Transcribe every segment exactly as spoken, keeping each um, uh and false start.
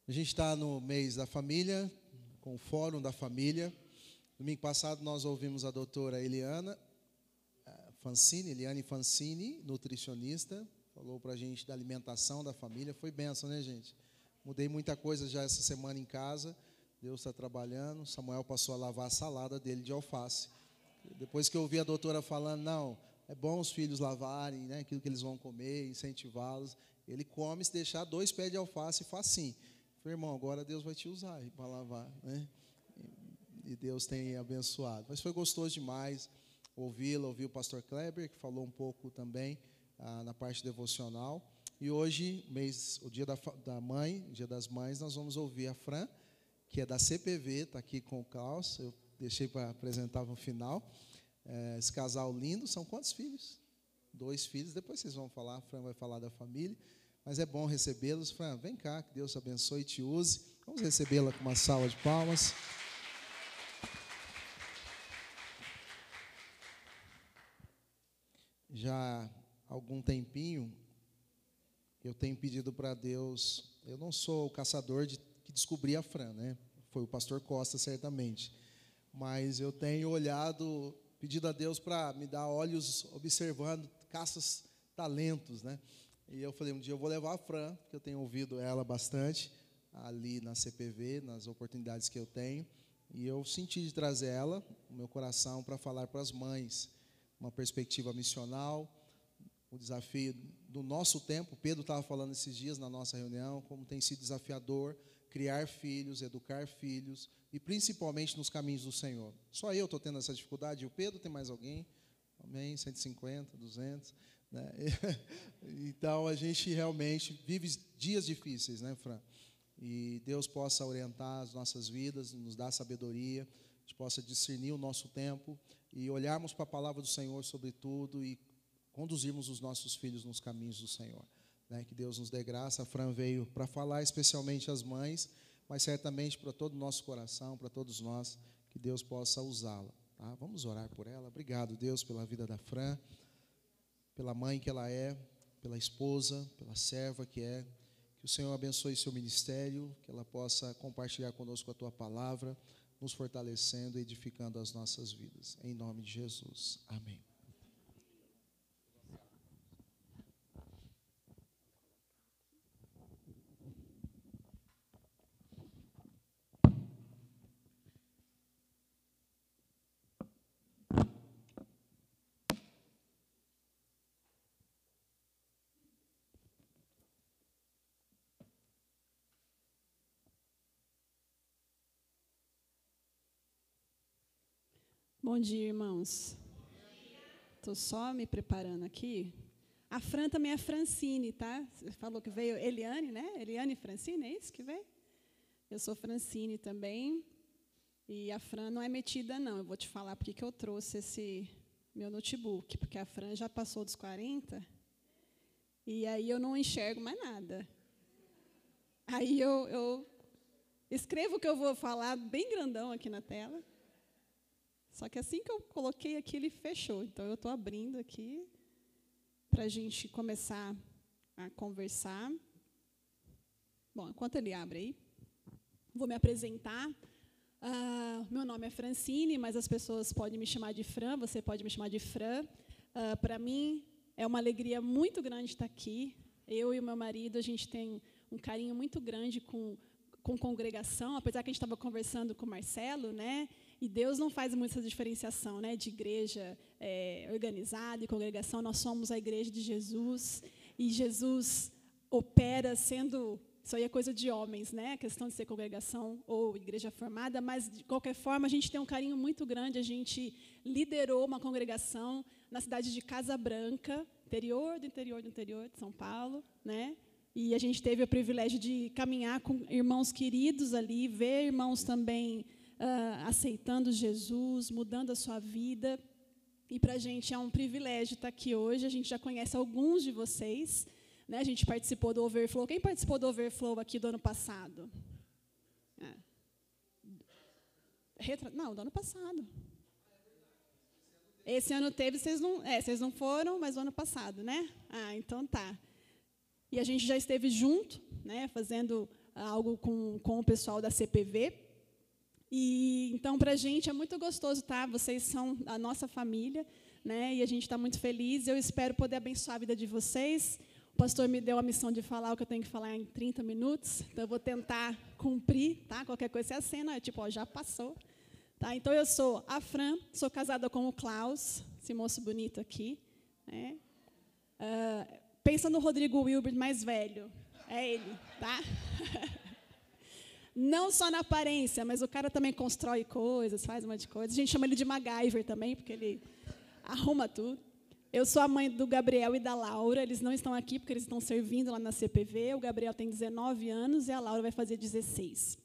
A gente está no mês da família, com o Fórum da Família. Domingo passado nós ouvimos a doutora Eliana Fancini, Eliane Fancini, nutricionista, falou para a gente da alimentação da família. Foi bênção, né, gente? Mudei muita coisa já essa semana em casa. Deus está trabalhando. Samuel passou a lavar a salada dele de alface. Depois que eu ouvi a doutora falando, não, é bom os filhos lavarem, né, aquilo que eles vão comer, incentivá-los. Ele come, se deixar dois pés de alface, facinho. Falei, irmão, agora Deus vai te usar para lavar, né? E Deus tem abençoado. Mas foi gostoso demais ouvi-la, ouvir o pastor Kleber, que falou um pouco também ah, na parte devocional. E hoje, mês, o dia da, da mãe, o dia das mães, nós vamos ouvir a Fran, que é da C P V, está aqui com o Klaus, eu deixei para apresentar no final. É, esse casal lindo, são quantos filhos? Dois filhos, depois vocês vão falar, a Fran vai falar da família. Mas é bom recebê-los. Fran, vem cá, que Deus te abençoe e te use. Vamos recebê-la com uma salva de palmas. Já há algum tempinho, eu tenho pedido para Deus, eu não sou o caçador de, que descobri a Fran, né? Foi o pastor Costa, certamente. Mas eu tenho olhado, pedido a Deus para me dar olhos observando, caças talentos, né? E eu falei, um dia eu vou levar a Fran, porque eu tenho ouvido ela bastante, ali na C P V, nas oportunidades que eu tenho. E eu senti de trazer ela, no meu coração, para falar para as mães, uma perspectiva missional, o desafio do nosso tempo. Pedro estava falando esses dias na nossa reunião, como tem sido desafiador criar filhos, educar filhos, e principalmente nos caminhos do Senhor. Só eu estou tendo essa dificuldade, e o Pedro tem mais alguém? Amém? cento e cinquenta, duzentos... Né? Então, a gente realmente vive dias difíceis, né, Fran? E Deus possa orientar as nossas vidas, nos dar sabedoria, a gente possa discernir o nosso tempo e olharmos para a palavra do Senhor sobre tudo e conduzirmos os nossos filhos nos caminhos do Senhor. Né? Que Deus nos dê graça. A Fran veio para falar especialmente às mães, mas certamente para todo o nosso coração, para todos nós, que Deus possa usá-la. Tá? Vamos orar por ela. Obrigado, Deus, pela vida da Fran, pela mãe que ela é, pela esposa, pela serva que é. Que o Senhor abençoe seu ministério, que ela possa compartilhar conosco a tua palavra, nos fortalecendo e edificando as nossas vidas. Em nome de Jesus. Amém. Bom dia, irmãos. Estou só me preparando aqui. A Fran também é Francine, tá? Você falou que veio Eliane, né? Eliane Francine, é isso que veio? Eu sou Francine também. E a Fran não é metida, não. Eu vou te falar porque que eu trouxe esse meu notebook. Porque a Fran já passou dos quarenta. E aí eu não enxergo mais nada. Aí eu, eu escrevo o que eu vou falar bem grandão aqui na tela. Só que assim que eu coloquei aqui, ele fechou. Então, eu estou abrindo aqui para a gente começar a conversar. Bom, enquanto ele abre aí, vou me apresentar. Uh, meu nome é Francine, mas as pessoas podem me chamar de Fran, você pode me chamar de Fran. Uh, para mim, é uma alegria muito grande estar aqui. Eu e o meu marido, a gente tem um carinho muito grande com, com congregação, apesar que a gente estava conversando com o Marcelo, né? E Deus não faz muito essa diferenciação, né, de igreja é, organizada e congregação. Nós somos a igreja de Jesus. E Jesus opera sendo... Isso aí é coisa de homens, né, a questão de ser congregação ou igreja formada. Mas, de qualquer forma, a gente tem um carinho muito grande. A gente liderou uma congregação na cidade de Casa Branca, interior do interior do interior de São Paulo, né? E a gente teve o privilégio de caminhar com irmãos queridos ali, ver irmãos também... Uh, aceitando Jesus, mudando a sua vida. E para a gente é um privilégio estar aqui hoje. A gente já conhece alguns de vocês, né? A gente participou do Overflow. Quem participou do Overflow aqui do ano passado? É. Retra... Não, do ano passado. Esse ano teve, vocês não, é, vocês não foram, mas o ano passado, né? Ah, então tá. E a gente já esteve junto, né, fazendo algo com, com o pessoal da C P V. E, então, para a gente é muito gostoso, tá? Vocês são a nossa família, né? E a gente está muito feliz. Eu espero poder abençoar a vida de vocês. O pastor me deu a missão de falar o que eu tenho que falar em trinta minutos, então eu vou tentar cumprir, tá? Qualquer coisa você acena, tipo, ó, já passou. Tá? Então, eu sou a Fran, sou casada com o Klaus, esse moço bonito aqui. Né? Uh, pensa no Rodrigo Wilbert mais velho, é ele, tá? Não só na aparência, mas o cara também constrói coisas, faz um monte de coisa. A gente chama ele de MacGyver também, porque ele arruma tudo. Eu sou a mãe do Gabriel e da Laura, eles não estão aqui porque eles estão servindo lá na C P V. O Gabriel tem dezenove anos e a Laura vai fazer dezesseis.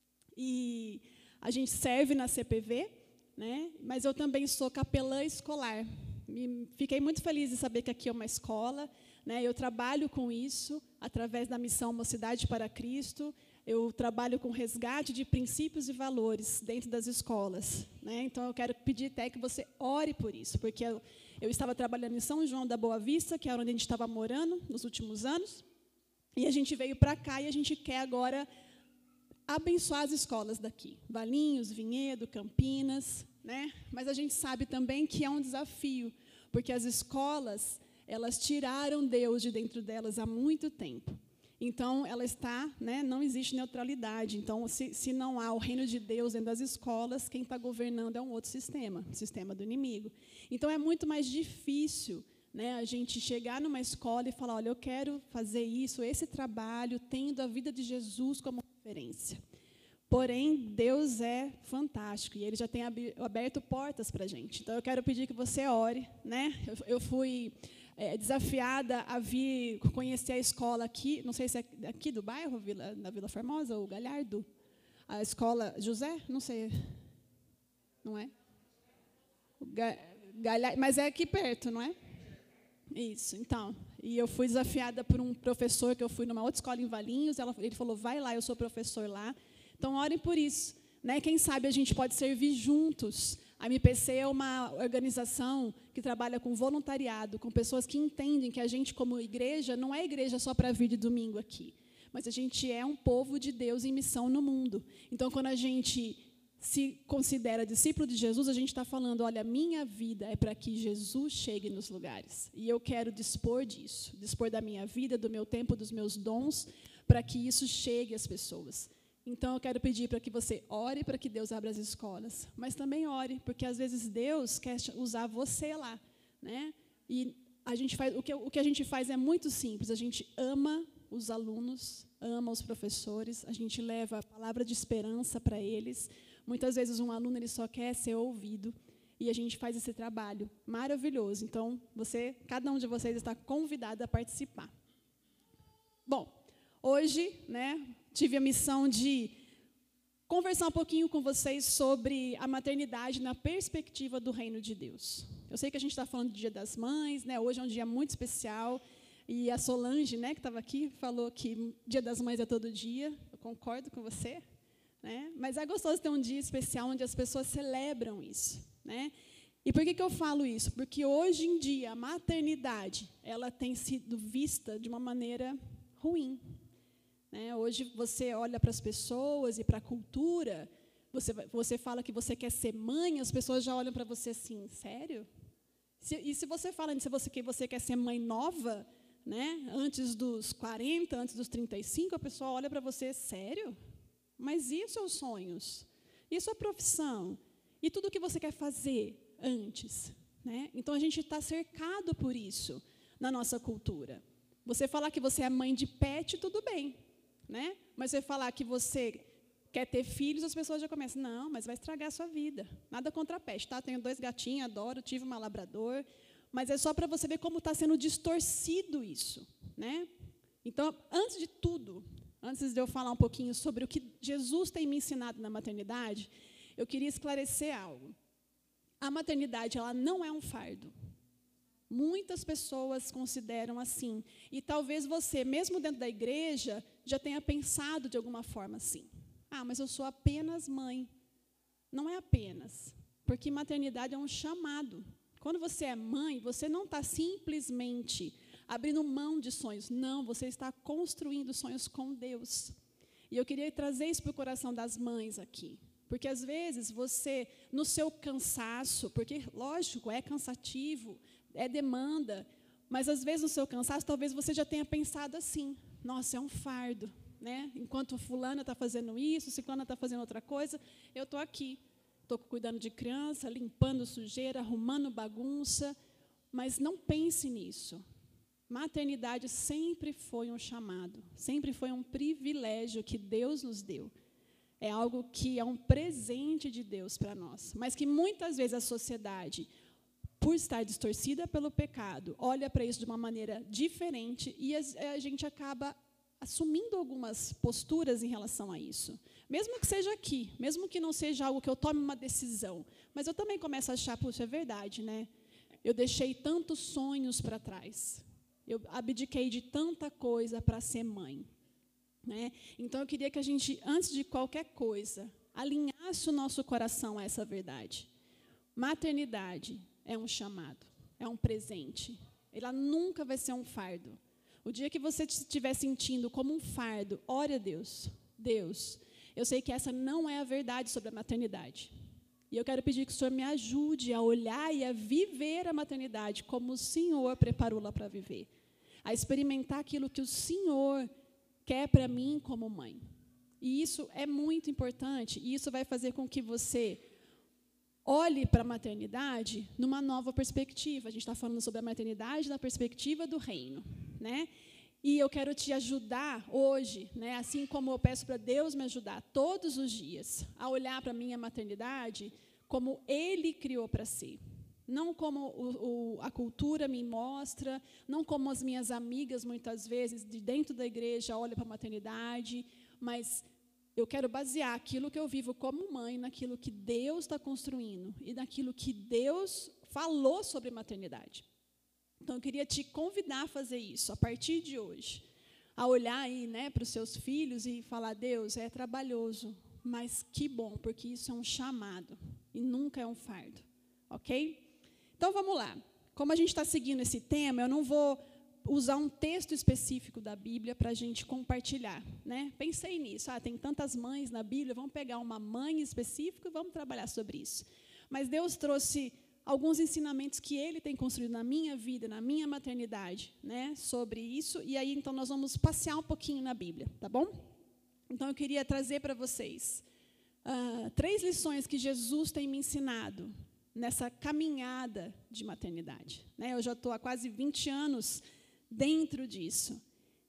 E a gente serve na C P V, né? Mas eu também sou capelã escolar. E fiquei muito feliz de saber que aqui é uma escola, né? Eu trabalho com isso através da missão Mocidade para Cristo. Eu trabalho com resgate de princípios e valores dentro das escolas, né? Então, eu quero pedir até que você ore por isso, porque eu, eu estava trabalhando em São João da Boa Vista, que era onde a gente estava morando nos últimos anos, e a gente veio para cá e a gente quer agora abençoar as escolas daqui, Valinhos, Vinhedo, Campinas, né? Mas a gente sabe também que é um desafio, porque as escolas, elas tiraram Deus de dentro delas há muito tempo. Então, ela está, né, não existe neutralidade. Então, se, se não há o reino de Deus dentro das escolas, quem está governando é um outro sistema, o sistema do inimigo. Então, é muito mais difícil, né, a gente chegar numa escola e falar, olha, eu quero fazer isso, esse trabalho, tendo a vida de Jesus como referência. Porém, Deus é fantástico, e Ele já tem aberto portas para a gente. Então, eu quero pedir que você ore. Né? Eu, eu fui... É, desafiada a vir conhecer a escola aqui, não sei se é aqui do bairro, Vila, na Vila Formosa, ou Galhardo, a escola José, não sei, não é? Ga, Galhardo, mas é aqui perto, não é? Isso, então, e eu fui desafiada por um professor, que eu fui numa outra escola em Valinhos, ela, ele falou, vai lá, eu sou professor lá, então orem por isso, né? Quem sabe a gente pode servir juntos. A M P C é uma organização que trabalha com voluntariado, com pessoas que entendem que a gente, como igreja, não é igreja só para vir de domingo aqui, mas a gente é um povo de Deus em missão no mundo. Então, quando a gente se considera discípulo de Jesus, a gente está falando, olha, minha vida é para que Jesus chegue nos lugares. E eu quero dispor disso, dispor da minha vida, do meu tempo, dos meus dons, para que isso chegue às pessoas. Então, eu quero pedir para que você ore para que Deus abra as escolas, mas também ore, porque, às vezes, Deus quer usar você lá. Né? E a gente faz, o, que, o que a gente faz é muito simples, a gente ama os alunos, ama os professores, a gente leva a palavra de esperança para eles. Muitas vezes, um aluno ele só quer ser ouvido, e a gente faz esse trabalho maravilhoso. Então, você, cada um de vocês está convidado a participar. Bom, hoje, né, tive a missão de conversar um pouquinho com vocês sobre a maternidade na perspectiva do reino de Deus. Eu sei que a gente está falando do Dia das Mães, né? Hoje é um dia muito especial, e a Solange, né, que estava aqui, falou que Dia das Mães é todo dia. Eu concordo com você, né? Mas é gostoso ter um dia especial onde as pessoas celebram isso, né? E por que que eu falo isso? Porque hoje em dia a maternidade ela tem sido vista de uma maneira ruim. Né? Hoje você olha para as pessoas e para a cultura, você, você fala que você quer ser mãe, as pessoas já olham para você assim, sério? Se, e se você fala se você, que você quer ser mãe nova, né, antes dos quarenta, antes dos trinta e cinco, a pessoa olha para você, sério? Mas e os seus sonhos? E a sua profissão? E tudo o que você quer fazer antes? Né? Então, a gente está cercado por isso na nossa cultura. Você falar que você é mãe de pet, tudo bem. Né? Mas você falar que você quer ter filhos, as pessoas já começam, não, mas vai estragar a sua vida. Nada contra pet, tá? Tenho dois gatinhos, adoro, tive uma labrador, mas é só para você ver como está sendo distorcido isso. Né? Então, antes de tudo, antes de eu falar um pouquinho sobre o que Jesus tem me ensinado na maternidade, eu queria esclarecer algo. A maternidade ela não é um fardo. Muitas pessoas consideram assim. E talvez você, mesmo dentro da igreja, já tenha pensado de alguma forma assim. Ah, mas eu sou apenas mãe. Não é apenas. Porque maternidade é um chamado. Quando você é mãe, você não está simplesmente abrindo mão de sonhos. Não, você está construindo sonhos com Deus. E eu queria trazer isso para o coração das mães aqui. Porque, às vezes, você, no seu cansaço, porque, lógico, é cansativo, é demanda, mas, às vezes, no seu cansaço, talvez você já tenha pensado assim, nossa, é um fardo, né? Enquanto a fulana está fazendo isso, a ciclana está fazendo outra coisa, eu estou aqui, estou cuidando de criança, limpando sujeira, arrumando bagunça, mas não pense nisso. Maternidade sempre foi um chamado, sempre foi um privilégio que Deus nos deu. É algo que é um presente de Deus para nós, mas que muitas vezes a sociedade, por estar distorcida pelo pecado, olha para isso de uma maneira diferente e a gente acaba assumindo algumas posturas em relação a isso. Mesmo que seja aqui, mesmo que não seja algo que eu tome uma decisão, mas eu também começo a achar, puxa, é verdade, né? Eu deixei tantos sonhos para trás. Eu abdiquei de tanta coisa para ser mãe. Né? Então, eu queria que a gente, antes de qualquer coisa, alinhasse o nosso coração a essa verdade. Maternidade é um chamado, é um presente. Ela nunca vai ser um fardo. O dia que você estiver sentindo como um fardo, ore a Deus. Deus, eu sei que essa não é a verdade sobre a maternidade. E eu quero pedir que o Senhor me ajude a olhar e a viver a maternidade como o Senhor preparou-la para viver. A experimentar aquilo que o Senhor quer para mim como mãe. E isso é muito importante, e isso vai fazer com que você olhe para a maternidade numa nova perspectiva. A gente está falando sobre a maternidade na perspectiva do reino. Né? E eu quero te ajudar hoje, né, assim como eu peço para Deus me ajudar todos os dias, a olhar para a minha maternidade como Ele criou para ser. Não como o, o, a cultura me mostra, não como as minhas amigas, muitas vezes, de dentro da igreja, olham para a maternidade, mas eu quero basear aquilo que eu vivo como mãe naquilo que Deus está construindo e naquilo que Deus falou sobre maternidade. Então, eu queria te convidar a fazer isso, a partir de hoje. A olhar aí, né, para os seus filhos e falar, Deus, é trabalhoso, mas que bom, porque isso é um chamado e nunca é um fardo. Ok? Então, vamos lá. Como a gente está seguindo esse tema, eu não vou usar um texto específico da Bíblia para a gente compartilhar. Né? Pensei nisso. Ah, tem tantas mães na Bíblia, vamos pegar uma mãe específica e vamos trabalhar sobre isso. Mas Deus trouxe alguns ensinamentos que Ele tem construído na minha vida, na minha maternidade, né, sobre isso. E aí, então, nós vamos passear um pouquinho na Bíblia, tá bom? Então, eu queria trazer para vocês uh, três lições que Jesus tem me ensinado nessa caminhada de maternidade. Né? Eu já estou há quase vinte anos dentro disso.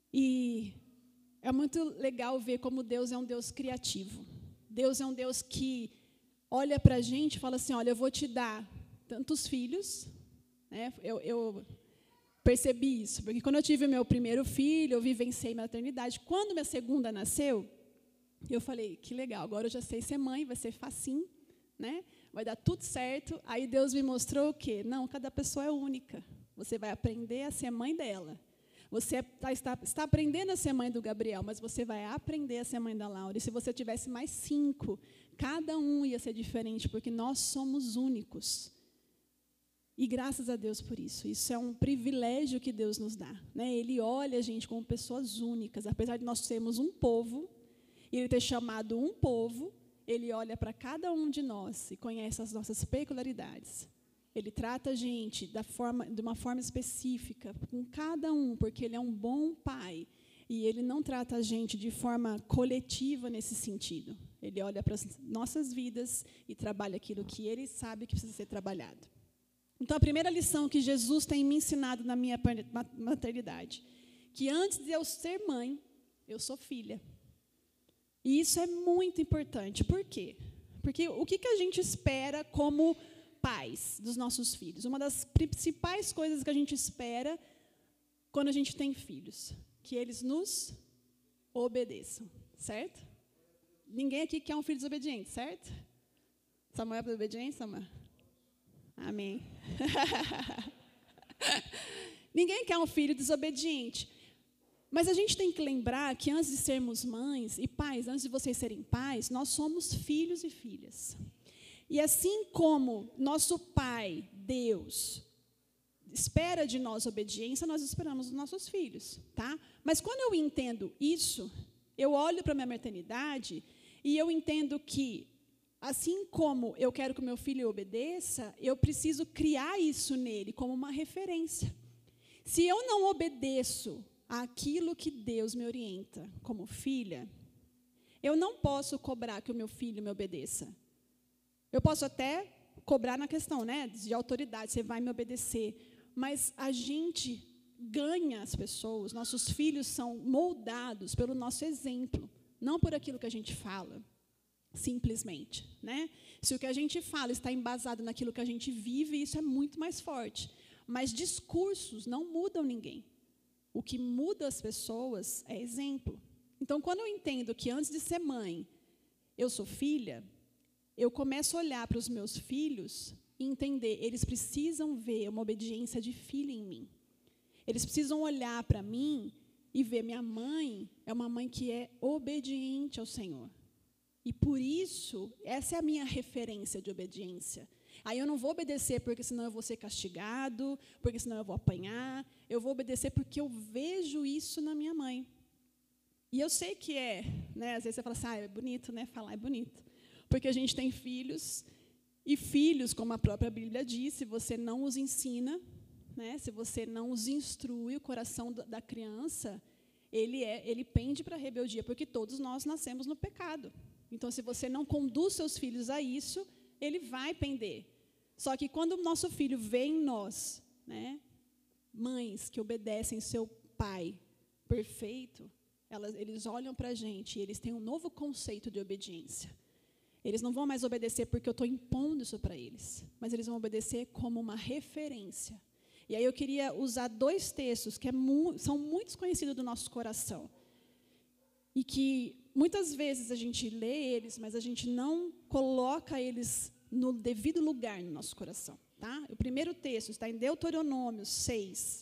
E é muito legal ver como Deus é um Deus criativo. Deus é um Deus que olha para a gente e fala assim, olha, eu vou te dar tantos filhos, né? eu, eu percebi isso, porque quando eu tive o meu primeiro filho, eu vivenciei maternidade. Quando minha segunda nasceu, eu falei, que legal, agora eu já sei ser mãe, vai ser facinho, né? Vai dar tudo certo. Aí Deus me mostrou o quê? Não, cada pessoa é única. Você vai aprender a ser mãe dela. Você está, está, está aprendendo a ser mãe do Gabriel, mas você vai aprender a ser mãe da Laura. E se você tivesse mais cinco, cada um ia ser diferente, porque nós somos únicos. E graças a Deus por isso. Isso é um privilégio que Deus nos dá. Né? Ele olha a gente como pessoas únicas. Apesar de nós sermos um povo, e Ele ter chamado um povo, Ele olha para cada um de nós e conhece as nossas peculiaridades. Ele trata a gente da forma, de uma forma específica, com cada um, porque Ele é um bom pai. E Ele não trata a gente de forma coletiva nesse sentido. Ele olha para as nossas vidas e trabalha aquilo que Ele sabe que precisa ser trabalhado. Então, a primeira lição que Jesus tem me ensinado na minha maternidade, que antes de eu ser mãe, eu sou filha. E isso é muito importante. Por quê? Porque o que, que a gente espera como pais dos nossos filhos? Uma das principais coisas que a gente espera quando a gente tem filhos, que eles nos obedeçam, certo? Ninguém aqui quer um filho desobediente, certo? Samuel é desobediente, Samuel? Amém. Ninguém quer um filho desobediente. Mas a gente tem que lembrar que antes de sermos mães e pais, antes de vocês serem pais, nós somos filhos e filhas. E assim como nosso Pai, Deus, espera de nós obediência, nós esperamos dos nossos filhos, tá? Mas quando eu entendo isso, Eu olho para a minha maternidade e eu entendo que, assim como eu quero que o meu filho obedeça, eu preciso criar isso nele como uma referência. Se eu não obedeço àquilo que Deus me orienta como filha, eu não posso cobrar que o meu filho me obedeça. Eu posso até cobrar na questão, né, de autoridade, você vai me obedecer. Mas a gente ganha as pessoas, nossos filhos são moldados pelo nosso exemplo, não por aquilo que a gente fala, simplesmente, né? Se o que a gente fala está embasado naquilo que a gente vive, isso é muito mais forte. Mas discursos não mudam ninguém. O que muda as pessoas é exemplo. Então, quando eu entendo que antes de ser mãe, eu sou filha, eu começo a olhar para os meus filhos e entender, eles precisam ver uma obediência de filha em mim. Eles precisam olhar para mim e ver minha mãe é uma mãe que é obediente ao Senhor. E por isso, essa é a minha referência de obediência. Aí eu não vou obedecer porque senão eu vou ser castigado, porque senão eu vou apanhar. Eu vou obedecer porque eu vejo isso na minha mãe. E eu sei que é, né, às vezes você fala assim, ah, é bonito, né, falar é bonito. Porque a gente tem filhos, e filhos, como a própria Bíblia diz, se você não os ensina, né, se você não os instrui, o coração da criança, ele, é, ele pende para a rebeldia, porque todos nós nascemos no pecado. Então, se você não conduz seus filhos a isso, ele vai pender. Só que quando o nosso filho vê em nós, né, mães que obedecem seu pai perfeito, elas, eles olham para a gente e eles têm um novo conceito de obediência. Eles não vão mais obedecer porque eu estou impondo isso para eles, mas eles vão obedecer como uma referência. E aí eu queria usar dois textos que é mu- são muito conhecidos do nosso coração. E que muitas vezes a gente lê eles, mas a gente não coloca eles no devido lugar no nosso coração. Tá? O primeiro texto está em Deuteronômio seis,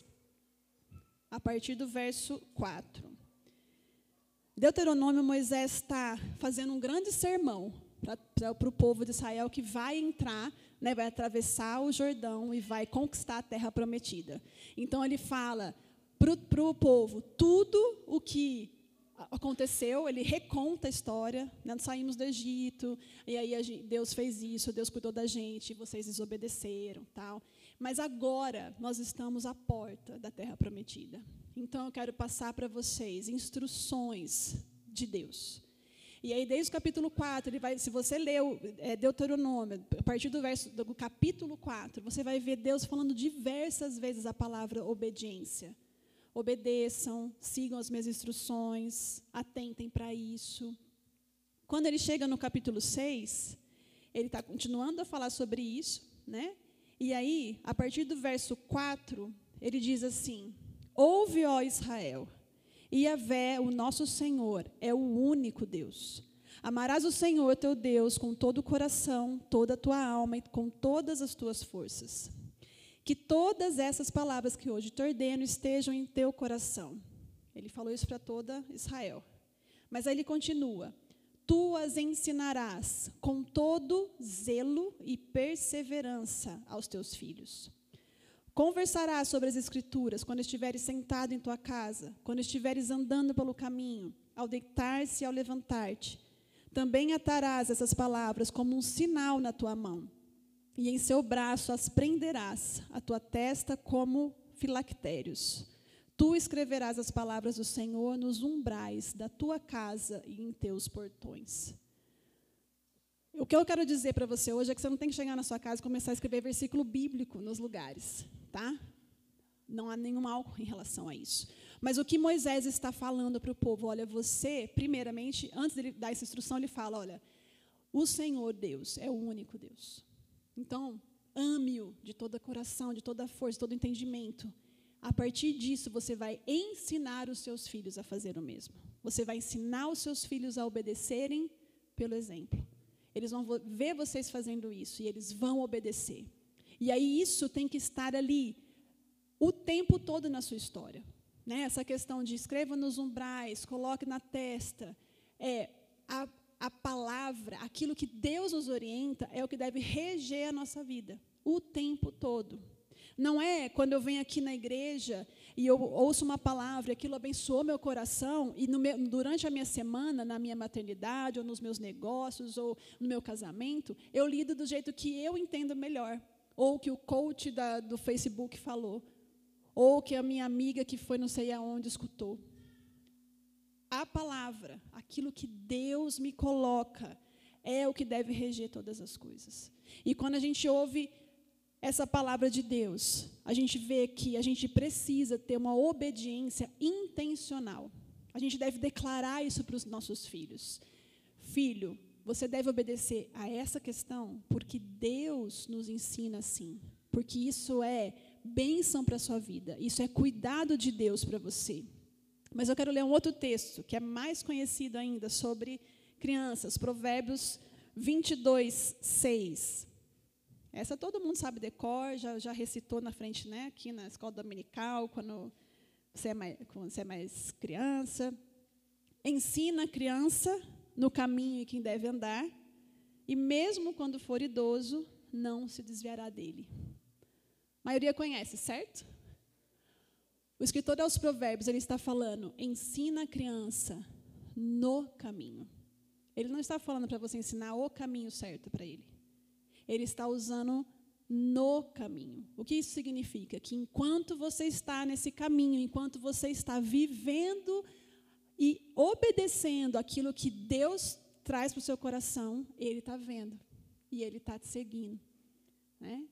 a partir do verso quatro. Deuteronômio, Moisés está fazendo um grande sermão para o povo de Israel que vai entrar, né, vai atravessar o Jordão e vai conquistar a terra prometida. Então, ele fala para o povo tudo o que aconteceu, ele reconta a história, né, nós saímos do Egito, e aí a gente, Deus fez isso, Deus cuidou da gente, vocês desobedeceram, tal. Mas agora nós estamos à porta da terra prometida. Então, eu quero passar para vocês instruções de Deus. E aí, desde o capítulo quatro, ele vai, se você leu é, Deuteronômio, a partir do, verso, do capítulo quatro, você vai ver Deus falando diversas vezes a palavra obediência. Obedeçam, sigam as minhas instruções, atentem para isso. Quando ele chega no capítulo seis, ele está continuando a falar sobre isso, né? E aí, a partir do verso quatro, ele diz assim: ouve, ó Israel, Yahvé, o nosso Senhor, é o único Deus. Amarás o Senhor teu Deus com todo o coração, toda a tua alma e com todas as tuas forças. Que todas essas palavras que hoje te ordeno estejam em teu coração. Ele falou isso para toda Israel. Mas aí ele continua: tu as ensinarás com todo zelo e perseverança aos teus filhos. Conversarás sobre as Escrituras quando estiveres sentado em tua casa, quando estiveres andando pelo caminho, ao deitar-se e ao levantar-te. Também atarás essas palavras como um sinal na tua mão, e em seu braço as prenderás, a tua testa como filactérios. Tu escreverás as palavras do Senhor nos umbrais da tua casa e em teus portões. O que eu quero dizer para você hoje é que você não tem que chegar na sua casa e começar a escrever versículo bíblico nos lugares, tá? Não há nenhum mal em relação a isso. Mas o que Moisés está falando para o povo, olha, você, primeiramente, antes de ele dar essa instrução, ele fala, olha, o Senhor Deus é o único Deus. Então, ame-o de todo o coração, de toda a força, de todo o entendimento. A partir disso, você vai ensinar os seus filhos a fazer o mesmo. Você vai ensinar os seus filhos a obedecerem pelo exemplo. Eles vão ver vocês fazendo isso e eles vão obedecer. E aí isso tem que estar ali o tempo todo na sua história. Né? Essa questão de escreva nos umbrais, coloque na testa, é a, a palavra, aquilo que Deus nos orienta, é o que deve reger a nossa vida, o tempo todo. Não é quando eu venho aqui na igreja e eu ouço uma palavra, aquilo abençoou meu coração, e no meu, durante a minha semana, na minha maternidade, ou nos meus negócios, ou no meu casamento, eu lido do jeito que eu entendo melhor, ou que o coach da, do Facebook falou, ou que a minha amiga que foi não sei aonde escutou. A palavra, aquilo que Deus me coloca, é o que deve reger todas as coisas. E quando a gente ouve essa palavra de Deus, a gente vê que a gente precisa ter uma obediência intencional. A gente deve declarar isso para os nossos filhos. Filho, você deve obedecer a essa questão porque Deus nos ensina assim. Porque isso é bênção para a sua vida. Isso é cuidado de Deus para você. Mas eu quero ler um outro texto, que é mais conhecido ainda, sobre crianças. Provérbios vinte e dois, seis. Essa todo mundo sabe decor, já, já recitou na frente, né, aqui na escola dominical, quando você, é mais, quando você é mais criança. Ensina a criança no caminho em que deve andar, e mesmo quando for idoso, não se desviará dele. A maioria conhece, certo? O escritor aos Provérbios, ele está falando, ensina a criança no caminho. Ele não está falando para você ensinar o caminho certo para ele. Ele está usando no caminho. O que isso significa? Que enquanto você está nesse caminho, enquanto você está vivendo e obedecendo aquilo que Deus traz para o seu coração, Ele está vendo. E Ele está te seguindo. Né?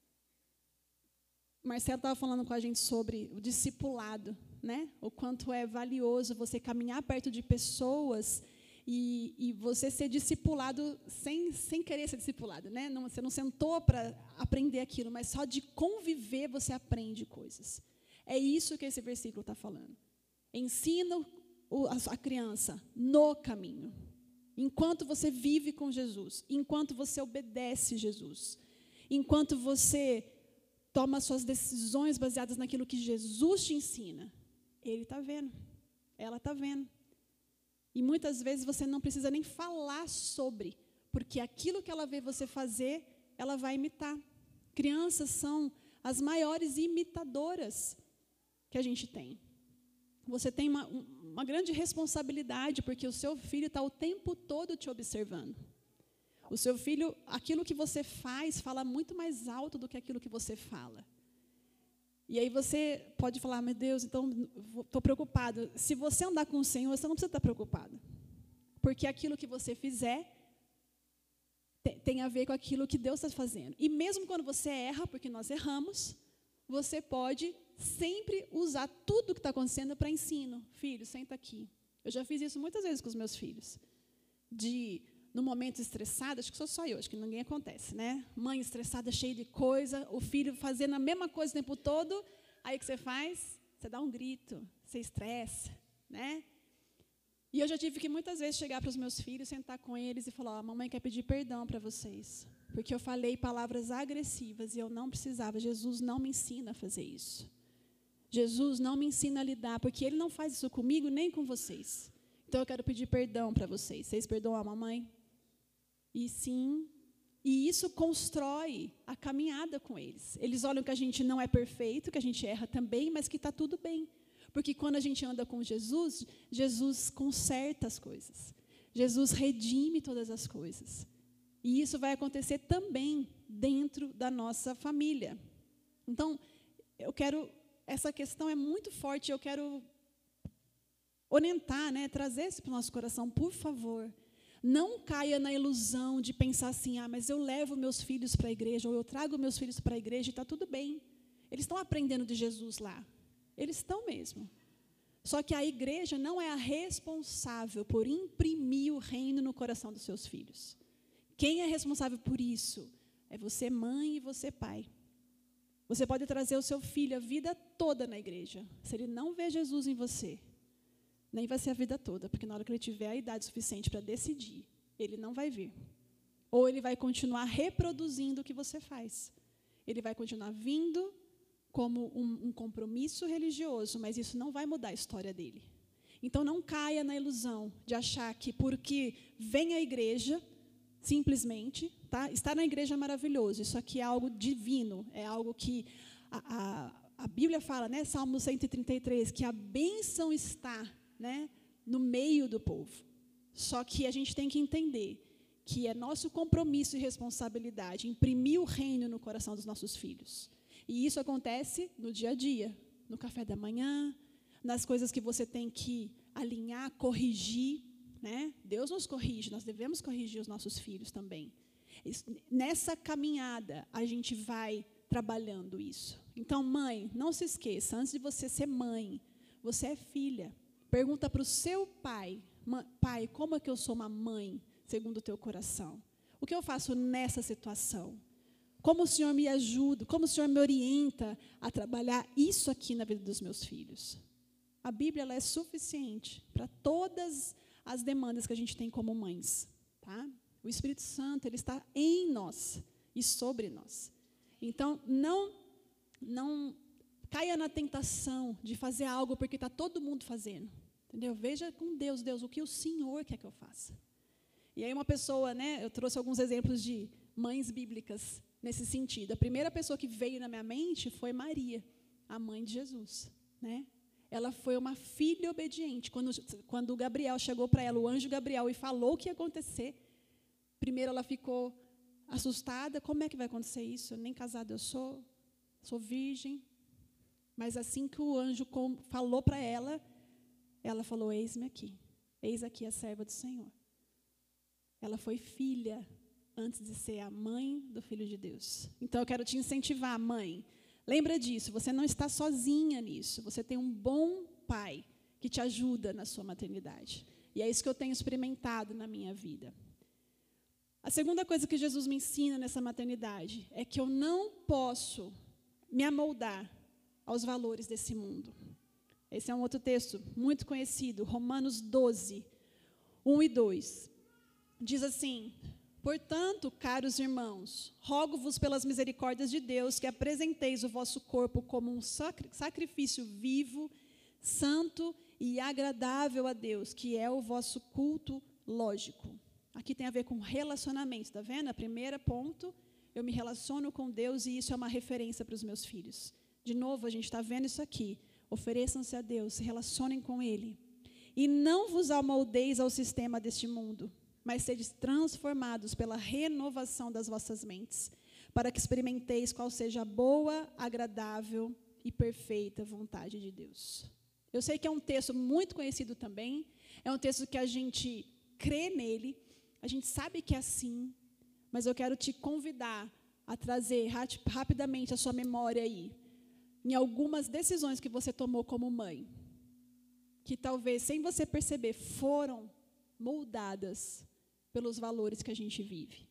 Marcelo estava falando com a gente sobre o discipulado, né? O quanto é valioso você caminhar perto de pessoas e, e você ser discipulado sem, sem querer ser discipulado, né? Não, você não sentou para aprender aquilo, mas só de conviver você aprende coisas. É isso que esse versículo está falando. Ensina o, a, a criança no caminho. Enquanto você vive com Jesus, enquanto você obedece Jesus, enquanto você toma suas decisões baseadas naquilo que Jesus te ensina, Ele está vendo, ela está vendo. E muitas vezes você não precisa nem falar sobre, porque aquilo que ela vê você fazer, ela vai imitar. Crianças são as maiores imitadoras que a gente tem. Você tem uma, uma grande responsabilidade, porque o seu filho está o tempo todo te observando. O seu filho, aquilo que você faz, fala muito mais alto do que aquilo que você fala. E aí você pode falar, meu Deus, então estou preocupado. Se você andar com o Senhor, você não precisa estar preocupado. Porque aquilo que você fizer tem, tem a ver com aquilo que Deus está fazendo. E mesmo quando você erra, porque nós erramos, você pode sempre usar tudo que está acontecendo para ensino. Filho, senta aqui. Eu já fiz isso muitas vezes com os meus filhos. De... no momento estressado, acho que sou só eu, acho que ninguém acontece, né? Mãe estressada, cheia de coisa, o filho fazendo a mesma coisa o tempo todo, aí o que você faz? Você dá um grito, você estressa, né? E eu já tive que muitas vezes chegar para os meus filhos, sentar com eles e falar, ó, a mamãe quer pedir perdão para vocês, porque eu falei palavras agressivas e eu não precisava, Jesus não me ensina a fazer isso. Jesus não me ensina a lidar, porque Ele não faz isso comigo nem com vocês. Então eu quero pedir perdão para vocês. Vocês perdoam a mamãe? E sim, e isso constrói a caminhada com eles. Eles olham que a gente não é perfeito, que a gente erra também, mas que está tudo bem. Porque quando a gente anda com Jesus, Jesus conserta as coisas. Jesus redime todas as coisas. E isso vai acontecer também dentro da nossa família. Então, eu quero, essa questão é muito forte, eu quero orientar, né, trazer isso para o nosso coração, por favor. Não caia na ilusão de pensar assim, ah, mas eu levo meus filhos para a igreja, ou eu trago meus filhos para a igreja e está tudo bem. Eles estão aprendendo de Jesus lá. Eles estão mesmo. Só que a igreja não é a responsável por imprimir o reino no coração dos seus filhos. Quem é responsável por isso? É você, mãe, e você, pai. Você pode trazer o seu filho a vida toda na igreja. Se ele não vê Jesus em você, nem vai ser a vida toda, porque na hora que ele tiver a idade suficiente para decidir, ele não vai vir. Ou ele vai continuar reproduzindo o que você faz. Ele vai continuar vindo como um, um compromisso religioso, mas isso não vai mudar a história dele. Então, não caia na ilusão de achar que porque vem à igreja, simplesmente, tá? Estar na igreja é maravilhoso, isso aqui é algo divino, é algo que a, a, a Bíblia fala, né, Salmo cento e trinta e três, que a bênção está, né, no meio do povo. Só que a gente tem que entender que é nosso compromisso e responsabilidade imprimir o reino no coração dos nossos filhos. E isso acontece no dia a dia, no café da manhã, nas coisas que você tem que alinhar, corrigir, né? Deus nos corrige, nós devemos corrigir os nossos filhos também. Isso, nessa caminhada, a gente vai trabalhando isso. Então, mãe, não se esqueça, antes de você ser mãe, você é filha. Pergunta para o seu pai, pai, como é que eu sou uma mãe segundo o teu coração? O que eu faço nessa situação? Como o Senhor me ajuda? Como o Senhor me orienta a trabalhar isso aqui na vida dos meus filhos? A Bíblia ela é suficiente para todas as demandas que a gente tem como mães. Tá? O Espírito Santo ele está em nós e sobre nós. Então, não, não caia na tentação de fazer algo porque está todo mundo fazendo. Entendeu? Veja com Deus, Deus, o que o Senhor quer que eu faça. E aí uma pessoa, né, eu trouxe alguns exemplos de mães bíblicas nesse sentido. A primeira pessoa que veio na minha mente foi Maria, a mãe de Jesus. Né? Ela foi uma filha obediente. Quando, quando Gabriel chegou para ela, o anjo Gabriel, e falou o que ia acontecer, primeiro ela ficou assustada. Como é que vai acontecer isso? Nem casada eu sou, sou virgem. Mas assim que o anjo falou para ela, ela falou, eis-me aqui, eis aqui a serva do Senhor. Ela foi filha antes de ser a mãe do Filho de Deus. Então, eu quero te incentivar, mãe. Lembra disso, você não está sozinha nisso. Você tem um bom pai que te ajuda na sua maternidade. E é isso que eu tenho experimentado na minha vida. A segunda coisa que Jesus me ensina nessa maternidade é que eu não posso me amoldar aos valores desse mundo. Esse é um outro texto muito conhecido, Romanos doze, um e dois. Diz assim, portanto, caros irmãos, rogo-vos pelas misericórdias de Deus que apresenteis o vosso corpo como um sacrifício vivo, santo e agradável a Deus, que é o vosso culto lógico. Aqui tem a ver com relacionamento, está vendo? A primeira ponto, eu me relaciono com Deus e isso é uma referência para os meus filhos. De novo, a gente está vendo isso aqui. Ofereçam-se a Deus, se relacionem com Ele. E não vos amoldeis ao sistema deste mundo, mas sedes transformados pela renovação das vossas mentes, para que experimenteis qual seja a boa, agradável e perfeita vontade de Deus. Eu sei que é um texto muito conhecido também, é um texto que a gente crê nele, a gente sabe que é assim, mas eu quero te convidar a trazer rapidamente a sua memória aí, em algumas decisões que você tomou como mãe, que talvez, sem você perceber, foram moldadas pelos valores que a gente vive.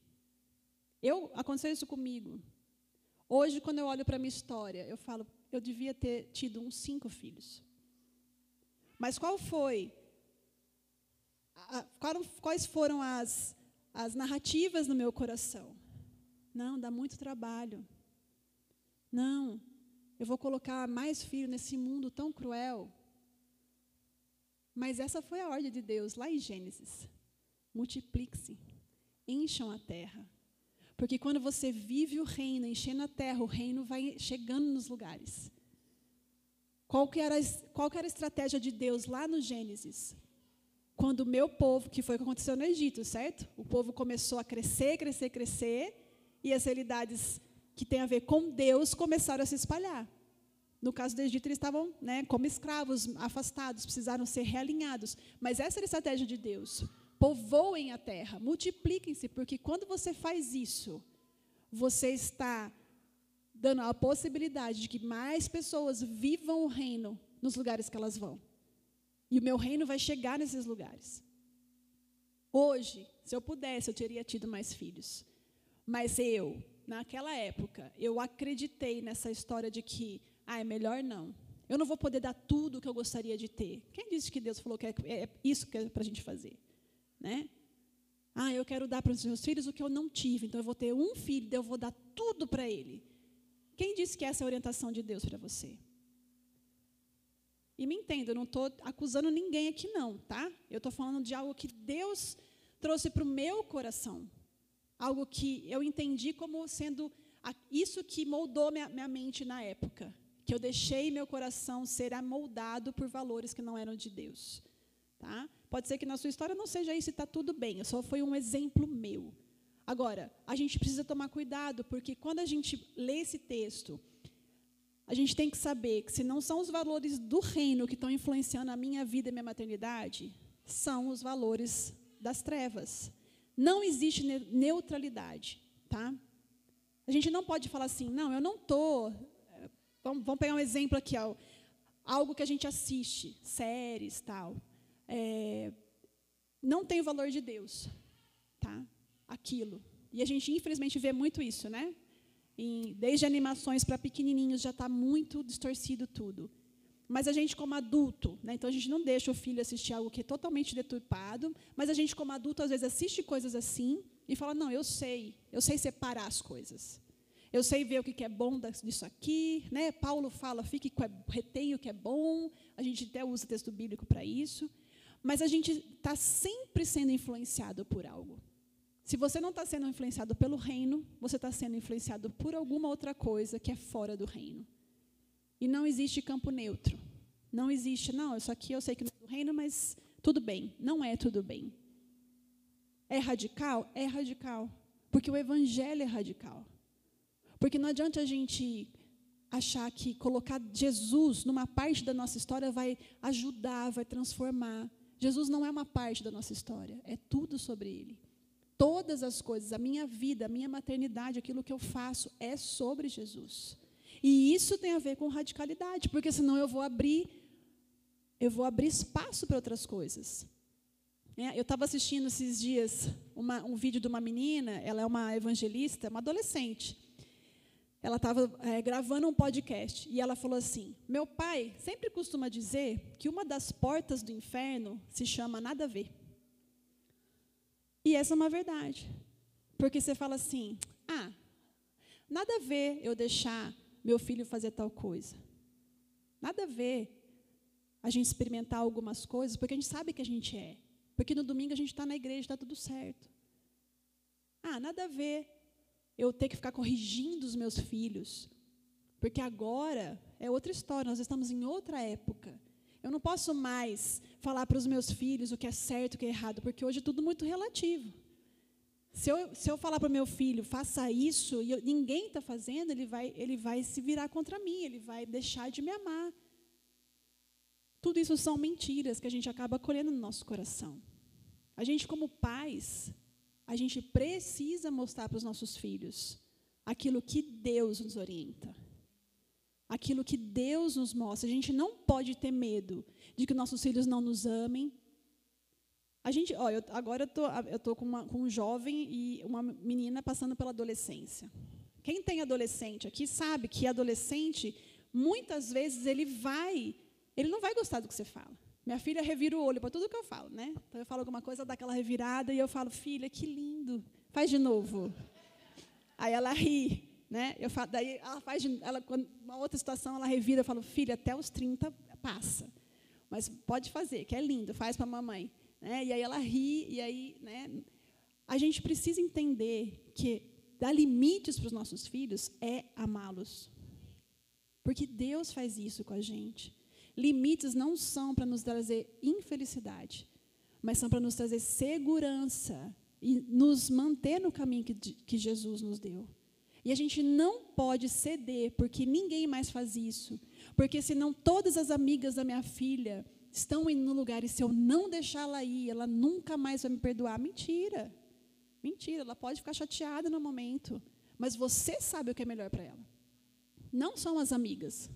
Eu, aconteceu isso comigo. Hoje, quando eu olho para a minha história, eu falo, eu devia ter tido uns cinco filhos. Mas qual foi, a, quais foram as, as narrativas no meu coração? Não, dá muito trabalho. Não, eu vou colocar mais filho nesse mundo tão cruel. Mas essa foi a ordem de Deus, lá em Gênesis. Multiplique-se, encham a terra. Porque quando você vive o reino, enchendo a terra, o reino vai chegando nos lugares. Qual que era, qual que era a estratégia de Deus lá no Gênesis? Quando o meu povo, que foi o que aconteceu no Egito, certo? O povo começou a crescer, crescer, crescer, e as realidades que têm a ver com Deus começaram a se espalhar. No caso do Egito, eles estavam, né, como escravos, afastados, precisaram ser realinhados. Mas essa era a estratégia de Deus. Povoem a terra, multipliquem-se, porque quando você faz isso, você está dando a possibilidade de que mais pessoas vivam o reino nos lugares que elas vão. E o meu reino vai chegar nesses lugares. Hoje, se eu pudesse, eu teria tido mais filhos. Mas eu, naquela época, eu acreditei nessa história de que, ah, é melhor não. Eu não vou poder dar tudo o que eu gostaria de ter. Quem disse que Deus falou que é, é isso que é para a gente fazer? Né? Ah, eu quero dar para os meus filhos o que eu não tive, então eu vou ter um filho, então eu vou dar tudo para ele. Quem disse que essa é a orientação de Deus para você? E me entenda, eu não estou acusando ninguém aqui não, tá? Eu estou falando de algo que Deus trouxe para o meu coração. Algo que eu entendi como sendo isso que moldou minha, minha mente na época, que eu deixei meu coração ser amoldado por valores que não eram de Deus. Tá? Pode ser que na sua história não seja isso e está tudo bem, só foi um exemplo meu. Agora, a gente precisa tomar cuidado, porque quando a gente lê esse texto, a gente tem que saber que se não são os valores do reino que estão influenciando a minha vida e minha maternidade, são os valores das trevas. Não existe neutralidade. Tá? A gente não pode falar assim, não, eu não estou... Vamos, vamos pegar um exemplo aqui, ó, algo que a gente assiste, séries, tal. É, não tem o valor de Deus. Tá? Aquilo. E a gente, infelizmente, vê muito isso, né? Em, desde animações para pequenininhos, já está muito distorcido tudo. Mas a gente, como adulto, né, então a gente não deixa o filho assistir algo que é totalmente deturpado, mas a gente, como adulto, às vezes assiste coisas assim e fala, não, eu sei, eu sei separar as coisas. Eu sei ver o que é bom disso aqui. Né? Paulo fala, fique, retenha o que é bom, a gente até usa texto bíblico para isso, mas a gente está sempre sendo influenciado por algo. Se você não está sendo influenciado pelo reino, você está sendo influenciado por alguma outra coisa que é fora do reino. E não existe campo neutro. Não existe, não, isso aqui eu sei que não é do reino, mas tudo bem. Não é tudo bem. É radical? É radical. Porque o evangelho é radical. Porque não adianta a gente achar que colocar Jesus numa parte da nossa história vai ajudar, vai transformar. Jesus não é uma parte da nossa história, é tudo sobre ele. Todas as coisas, a minha vida, a minha maternidade, aquilo que eu faço, é sobre Jesus. E isso tem a ver com radicalidade, porque senão eu vou abrir, eu vou abrir espaço para outras coisas. É, eu estava assistindo esses dias uma, um vídeo de uma menina, ela é uma evangelista, uma adolescente. Ela estava é, gravando um podcast e ela falou assim, meu pai sempre costuma dizer que uma das portas do inferno se chama nada a ver. E essa é uma verdade. Porque você fala assim, ah, nada a ver eu deixar meu filho fazer tal coisa. Nada a ver a gente experimentar algumas coisas, porque a gente sabe que a gente é. Porque no domingo a gente está na igreja, está tudo certo. Ah, nada a ver eu ter que ficar corrigindo os meus filhos. Porque agora é outra história, nós estamos em outra época. Eu não posso mais falar para os meus filhos o que é certo e o que é errado, porque hoje é tudo muito relativo. Se eu, se eu falar para o meu filho, faça isso, e eu, ninguém está fazendo, ele vai, ele vai se virar contra mim, ele vai deixar de me amar. Tudo isso são mentiras que a gente acaba acolhendo no nosso coração. A gente, como pais, a gente precisa mostrar para os nossos filhos aquilo que Deus nos orienta. Aquilo que Deus nos mostra. A gente não pode ter medo de que nossos filhos não nos amem. A gente, ó, eu, agora eu estou com, uma, com um jovem e uma menina passando pela adolescência. Quem tem adolescente aqui sabe que adolescente, muitas vezes, ele vai, ele não vai gostar do que você fala. Minha filha revira o olho para tudo que eu falo, né? Então eu falo alguma coisa, dá aquela revirada e eu falo, filha, que lindo, faz de novo. Aí ela ri. Né? Eu falo, daí ela faz, ela, quando, uma outra situação, ela revira, eu falo, filha, até os trinta passa. Mas pode fazer, que é lindo, faz para a mamãe. Né? E aí ela ri, e aí, né? A gente precisa entender que dar limites para os nossos filhos é amá-los. Porque Deus faz isso com a gente. Limites não são para nos trazer infelicidade, mas são para nos trazer segurança e nos manter no caminho que, que Jesus nos deu. E a gente não pode ceder, porque ninguém mais faz isso. Porque senão todas as amigas da minha filha estão indo no lugar, e se eu não deixá-la ir, ela nunca mais vai me perdoar. Mentira. Mentira, ela pode ficar chateada no momento, mas você sabe o que é melhor para ela. Não são as amigas.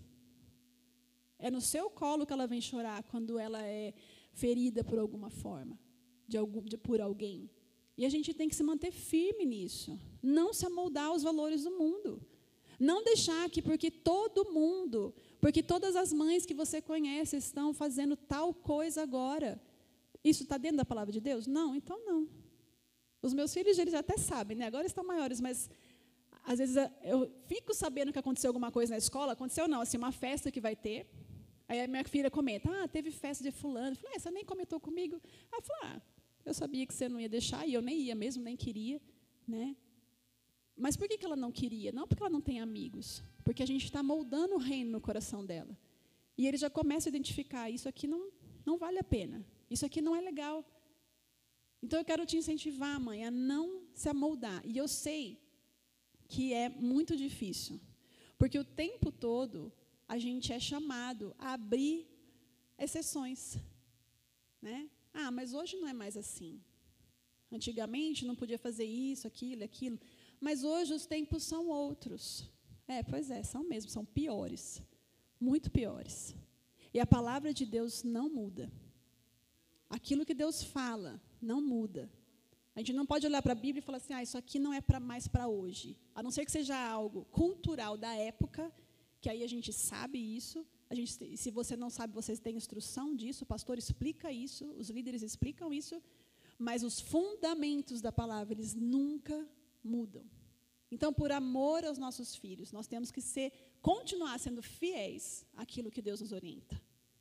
É no seu colo que ela vem chorar quando ela é ferida por alguma forma, de algum, de, por alguém. E a gente tem que se manter firme nisso. Não se amoldar aos valores do mundo. Não deixar que, porque todo mundo, porque todas as mães que você conhece estão fazendo tal coisa agora. Isso está dentro da palavra de Deus? Não, então não. Os meus filhos, eles até sabem, né? Agora estão maiores, mas às vezes eu fico sabendo que aconteceu alguma coisa na escola. Aconteceu não, assim, uma festa que vai ter. Aí a minha filha comenta, ah, teve festa de fulano. Eu falei, ah, você nem comentou comigo? Ela falou, ah, eu sabia que você não ia deixar, e eu nem ia mesmo, nem queria. Né? Mas por que que ela não queria? Não porque ela não tem amigos, porque a gente está moldando o reino no coração dela. E ele já começa a identificar, isso aqui não, não vale a pena, isso aqui não é legal. Então, eu quero te incentivar, mãe, a não se amoldar. E eu sei que é muito difícil, porque o tempo todo a gente é chamado a abrir exceções, né? Ah, mas hoje não é mais assim. Antigamente não podia fazer isso, aquilo, aquilo. Mas hoje os tempos são outros. É, pois é, são mesmo, são piores. Muito piores. E a palavra de Deus não muda. Aquilo que Deus fala não muda. A gente não pode olhar para a Bíblia e falar assim, ah, isso aqui não é pra mais para hoje. A não ser que seja algo cultural da época, que aí a gente sabe isso. A gente, se você não sabe, você tem instrução disso, o pastor explica isso, os líderes explicam isso, mas os fundamentos da palavra, eles nunca mudam. Então, por amor aos nossos filhos, nós temos que ser, continuar sendo fiéis àquilo que Deus nos orienta.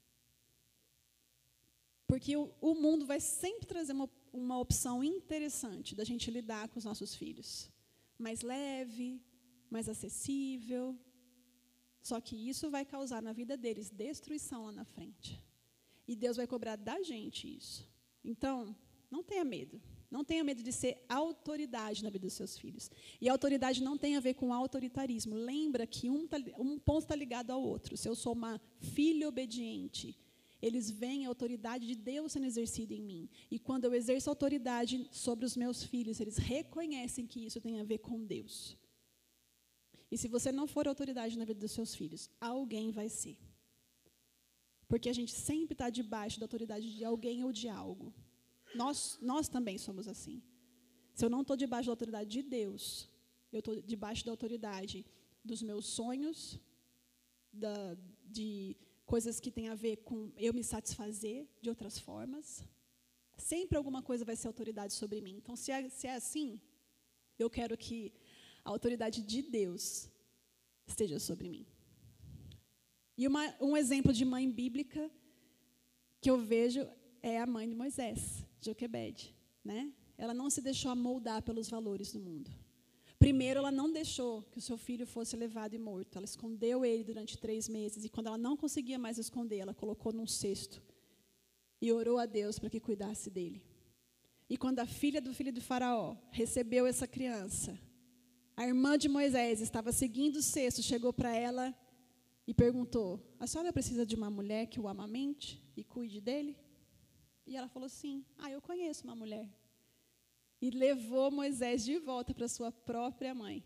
Porque o, o mundo vai sempre trazer uma, uma opção interessante da gente lidar com os nossos filhos. Mais leve, mais acessível. Só que isso vai causar na vida deles destruição lá na frente. E Deus vai cobrar da gente isso. Então, não tenha medo. Não tenha medo de ser autoridade na vida dos seus filhos. E autoridade não tem a ver com autoritarismo. Lembra que um, tá, um ponto está ligado ao outro. Se eu sou uma filha obediente, eles veem a autoridade de Deus sendo exercida em mim. E quando eu exerço autoridade sobre os meus filhos, eles reconhecem que isso tem a ver com Deus. E se você não for autoridade na vida dos seus filhos, alguém vai ser. Porque a gente sempre está debaixo da autoridade de alguém ou de algo. Nós, nós também somos assim. Se eu não estou debaixo da autoridade de Deus, eu estou debaixo da autoridade dos meus sonhos, da, de coisas que têm a ver com eu me satisfazer de outras formas. Sempre alguma coisa vai ser autoridade sobre mim. Então, se é, se é assim, eu quero que a autoridade de Deus esteja sobre mim. E uma, um exemplo de mãe bíblica que eu vejo é a mãe de Moisés, Joquebede, né? Ela não se deixou amoldar pelos valores do mundo. Primeiro, ela não deixou que o seu filho fosse levado e morto. Ela escondeu ele durante três meses. E quando ela não conseguia mais esconder, ela colocou num cesto e orou a Deus para que cuidasse dele. E quando a filha do filho de Faraó recebeu essa criança, a irmã de Moisés estava seguindo o cesto, chegou para ela e perguntou, a senhora precisa de uma mulher que o amamente e cuide dele? E ela falou assim, ah, eu conheço uma mulher. E levou Moisés de volta para sua própria mãe.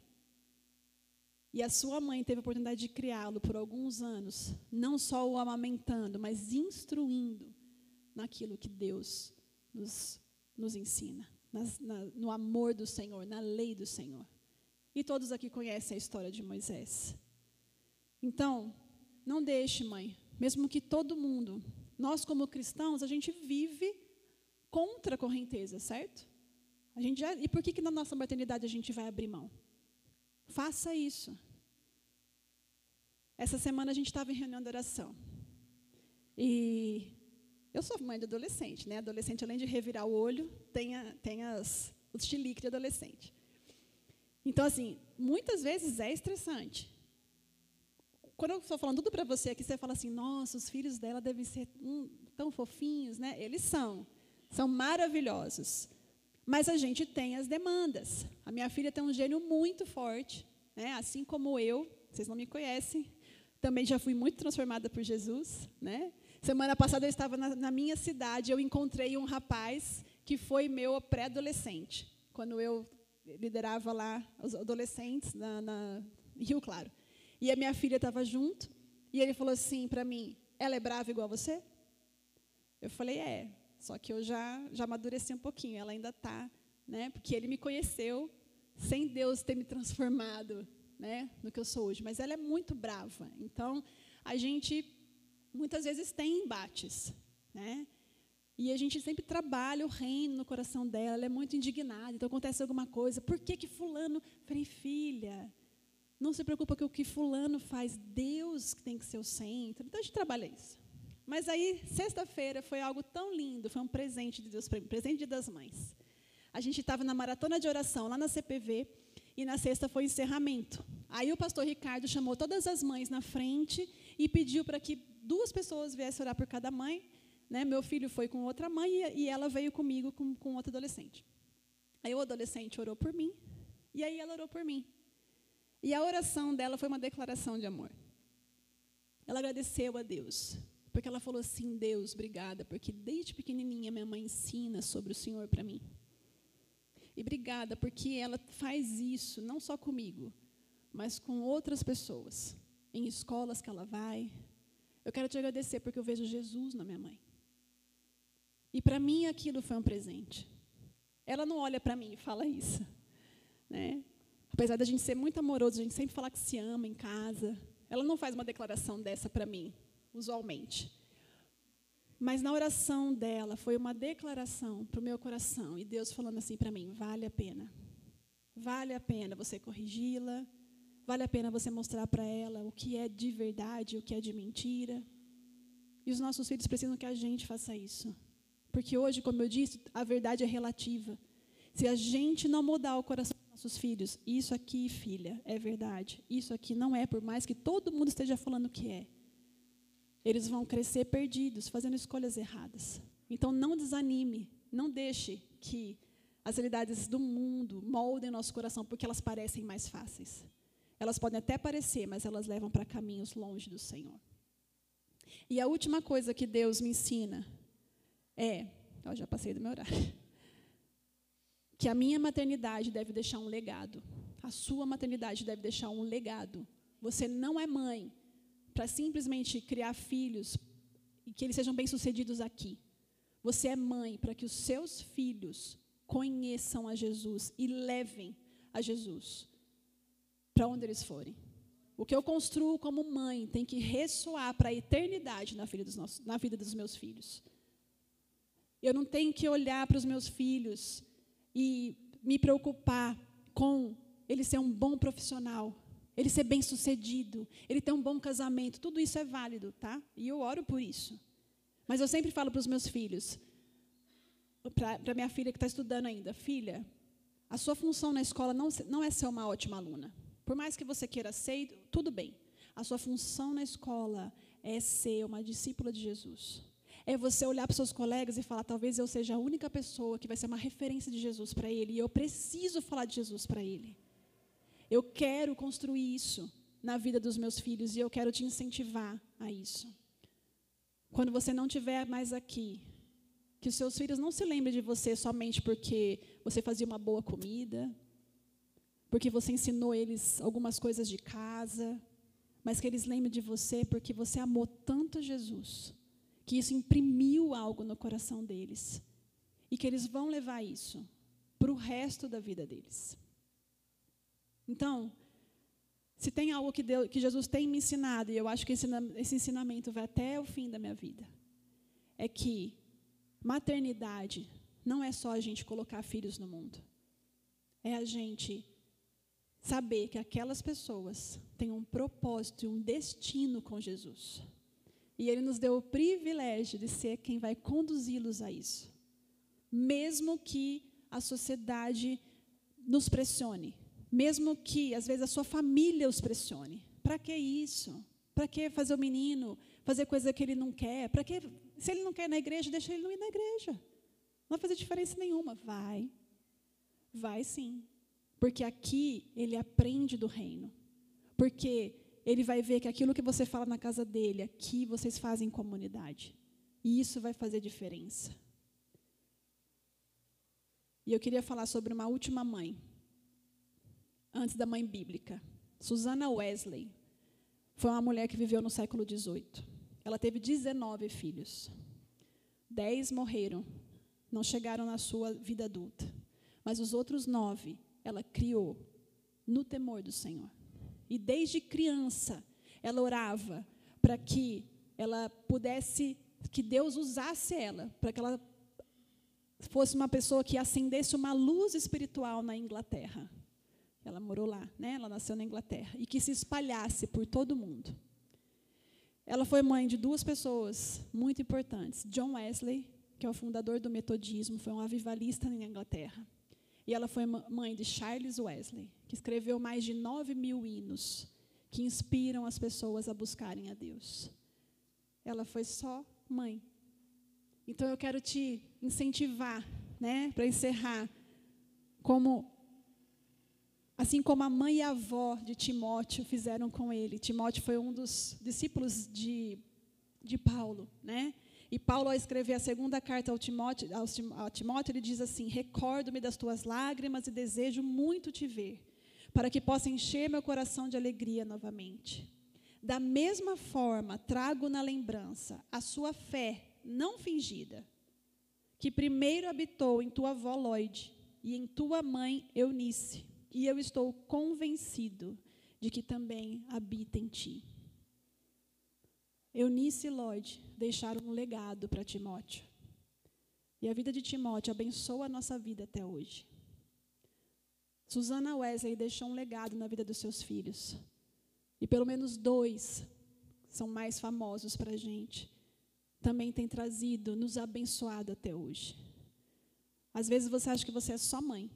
E a sua mãe teve a oportunidade de criá-lo por alguns anos, não só o amamentando, mas instruindo naquilo que Deus nos, nos ensina, nas, na, no amor do Senhor, na lei do Senhor. E todos aqui conhecem a história de Moisés. Então, não deixe, mãe, mesmo que todo mundo, nós como cristãos, a gente vive contra a correnteza, certo? A gente já, e por que, que na nossa maternidade a gente vai abrir mão? Faça isso. Essa semana a gente estava em reunião de oração. E eu sou mãe de adolescente, né? Adolescente, além de revirar o olho, tem, a, tem as, os chiliques de adolescente. Então, assim, muitas vezes é estressante. Quando eu estou falando tudo para você aqui, você fala assim, nossa, os filhos dela devem ser hum, tão fofinhos, né? Eles são. São maravilhosos. Mas a gente tem as demandas. A minha filha tem um gênio muito forte, né? Assim como eu, vocês não me conhecem, também já fui muito transformada por Jesus, né? Semana passada eu estava na, na minha cidade, eu encontrei um rapaz que foi meu pré-adolescente, quando eu liderava lá os adolescentes na, na em Rio Claro. E a minha filha estava junto, e ele falou assim para mim, ela é brava igual a você? Eu falei, é. Só que eu já, já amadureci um pouquinho, ela ainda está, né? Porque ele me conheceu sem Deus ter me transformado, né, no que eu sou hoje. Mas ela é muito brava. Então, a gente, muitas vezes, tem embates, né? E a gente sempre trabalha o reino no coração dela, ela é muito indignada. Então, acontece alguma coisa. Por que que fulano... Falei, filha, não se preocupa com o que fulano faz. Deus que tem que ser o centro. Então, a gente trabalha isso. Mas aí, sexta-feira, foi algo tão lindo, foi um presente de Deus para mim, presente das mães. A gente estava na maratona de oração, lá na C P V, e na sexta foi encerramento. Aí o pastor Ricardo chamou todas as mães na frente e pediu para que duas pessoas viessem orar por cada mãe. Né? Meu filho foi com outra mãe e ela veio comigo com, com outro adolescente. Aí o adolescente orou por mim e aí ela orou por mim. E a oração dela foi uma declaração de amor. Ela agradeceu a Deus, porque ela falou assim: Deus, obrigada, porque desde pequenininha minha mãe ensina sobre o Senhor para mim. E obrigada, porque ela faz isso, não só comigo, mas com outras pessoas, em escolas que ela vai. Eu quero te agradecer, porque eu vejo Jesus na minha mãe. E para mim aquilo foi um presente. Ela não olha para mim e fala isso. Né? Apesar da gente ser muito amoroso, a gente sempre falar que se ama em casa, ela não faz uma declaração dessa para mim, usualmente. Mas na oração dela, foi uma declaração para o meu coração. E Deus falando assim para mim: vale a pena. Vale a pena você corrigi-la. Vale a pena você mostrar para ela o que é de verdade, o que é de mentira. E os nossos filhos precisam que a gente faça isso. Porque hoje, como eu disse, a verdade é relativa. Se a gente não mudar o coração dos nossos filhos, isso aqui, filha, é verdade. Isso aqui não é, por mais que todo mundo esteja falando que é. Eles vão crescer perdidos, fazendo escolhas erradas. Então, não desanime, não deixe que as realidades do mundo moldem nosso coração, porque elas parecem mais fáceis. Elas podem até parecer, mas elas levam para caminhos longe do Senhor. E a última coisa que Deus me ensina é, eu já passei do meu horário, que a minha maternidade deve deixar um legado. A sua maternidade deve deixar um legado. Você não é mãe para simplesmente criar filhos e que eles sejam bem-sucedidos aqui. Você é mãe para que os seus filhos conheçam a Jesus e levem a Jesus para onde eles forem. O que eu construo como mãe tem que ressoar para a eternidade na vida dos, nossos, na vida dos meus filhos. Eu não tenho que olhar para os meus filhos e me preocupar com ele ser um bom profissional, ele ser bem-sucedido, ele ter um bom casamento. Tudo isso é válido, tá? E eu oro por isso. Mas eu sempre falo para os meus filhos, para a minha filha que está estudando ainda: filha, a sua função na escola não, não é ser uma ótima aluna. Por mais que você queira ser, tudo bem. A sua função na escola é ser uma discípula de Jesus. É você olhar para os seus colegas e falar: talvez eu seja a única pessoa que vai ser uma referência de Jesus para ele, e eu preciso falar de Jesus para ele. Eu quero construir isso na vida dos meus filhos, e eu quero te incentivar a isso. Quando você não estiver mais aqui, que os seus filhos não se lembrem de você somente porque você fazia uma boa comida, porque você ensinou eles algumas coisas de casa, mas que eles lembrem de você porque você amou tanto Jesus, que isso imprimiu algo no coração deles, e que eles vão levar isso para o resto da vida deles. Então, se tem algo que, Deus, que Jesus tem me ensinado, e eu acho que esse, esse ensinamento vai até o fim da minha vida, é que maternidade não é só a gente colocar filhos no mundo. É a gente saber que aquelas pessoas têm um propósito e um destino com Jesus. E Ele nos deu o privilégio de ser quem vai conduzi-los a isso. Mesmo que a sociedade nos pressione. Mesmo que, às vezes, a sua família os pressione. Para que isso? Para que fazer o menino fazer coisa que ele não quer? Para que, se ele não quer ir na igreja, deixa ele não ir na igreja. Não vai fazer diferença nenhuma. Vai. Vai sim. Porque aqui ele aprende do reino. Porque ele vai ver que aquilo que você fala na casa dele, aqui vocês fazem em comunidade. E isso vai fazer diferença. E eu queria falar sobre uma última mãe, antes da mãe bíblica. Susana Wesley foi uma mulher que viveu no século dezoito. Ela teve dezenove filhos. Dez morreram, não chegaram na sua vida adulta. Mas os outros nove, ela criou no temor do Senhor. E desde criança, ela orava para que ela pudesse, que Deus usasse ela, para que ela fosse uma pessoa que acendesse uma luz espiritual na Inglaterra. Ela morou lá, né? Ela nasceu na Inglaterra. E que se espalhasse por todo o mundo. Ela foi mãe de duas pessoas muito importantes. John Wesley, que é o fundador do metodismo, foi um avivalista na Inglaterra. E ela foi mãe de Charles Wesley, que escreveu mais de nove mil hinos que inspiram as pessoas a buscarem a Deus. Ela foi só mãe. Então, eu quero te incentivar, né, para encerrar, como, assim como a mãe e a avó de Timóteo fizeram com ele. Timóteo foi um dos discípulos de, de Paulo, né? E Paulo, ao escrever a segunda carta ao Timóteo, ao Timóteo, ele diz assim: recordo-me das tuas lágrimas e desejo muito te ver, para que possa encher meu coração de alegria novamente. Da mesma forma, trago na lembrança a sua fé não fingida, que primeiro habitou em tua avó Lloyd e em tua mãe Eunice, e eu estou convencido de que também habita em ti. Eunice e Lloyd deixaram um legado para Timóteo. E a vida de Timóteo abençoa a nossa vida até hoje. Susana Wesley deixou um legado na vida dos seus filhos. E pelo menos dois são mais famosos para a gente. Também tem trazido, nos abençoado até hoje. Às vezes você acha que você é só mãe.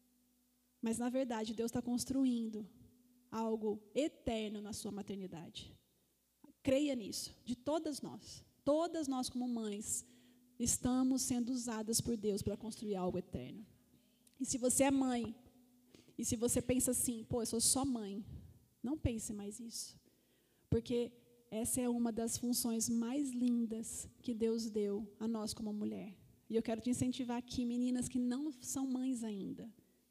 Mas, na verdade, Deus está construindo algo eterno na sua maternidade. Creia nisso, de todas nós. Todas nós, como mães, estamos sendo usadas por Deus para construir algo eterno. E se você é mãe, e se você pensa assim, pô, eu sou só mãe, não pense mais isso. Porque essa é uma das funções mais lindas que Deus deu a nós como mulher. E eu quero te incentivar aqui, meninas que não são mães ainda.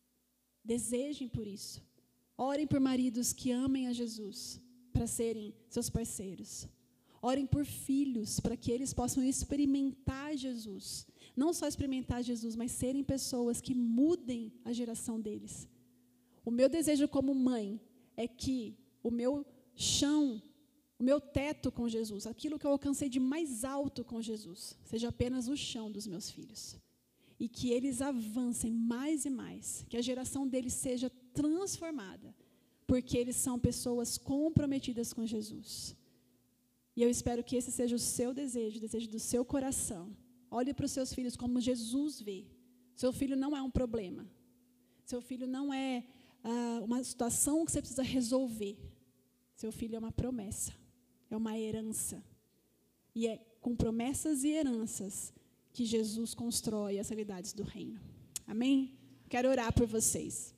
Desejem por isso. Orem por maridos que amem a Jesus, para serem seus parceiros. Orem por filhos, para que eles possam experimentar Jesus. Não só experimentar Jesus, mas serem pessoas que mudem a geração deles. O meu desejo como mãe é que o meu chão, o meu teto com Jesus, aquilo que eu alcancei de mais alto com Jesus, seja apenas o chão dos meus filhos. E que eles avancem mais e mais, que a geração deles seja transformada, porque eles são pessoas comprometidas com Jesus. E eu espero que esse seja o seu desejo, o desejo do seu coração. Olhe para os seus filhos como Jesus vê. Seu filho não é um problema. Seu filho não é ah, uma situação que você precisa resolver. Seu filho é uma promessa, é uma herança. E é com promessas e heranças que Jesus constrói as realidades do reino. Amém? Quero orar por vocês.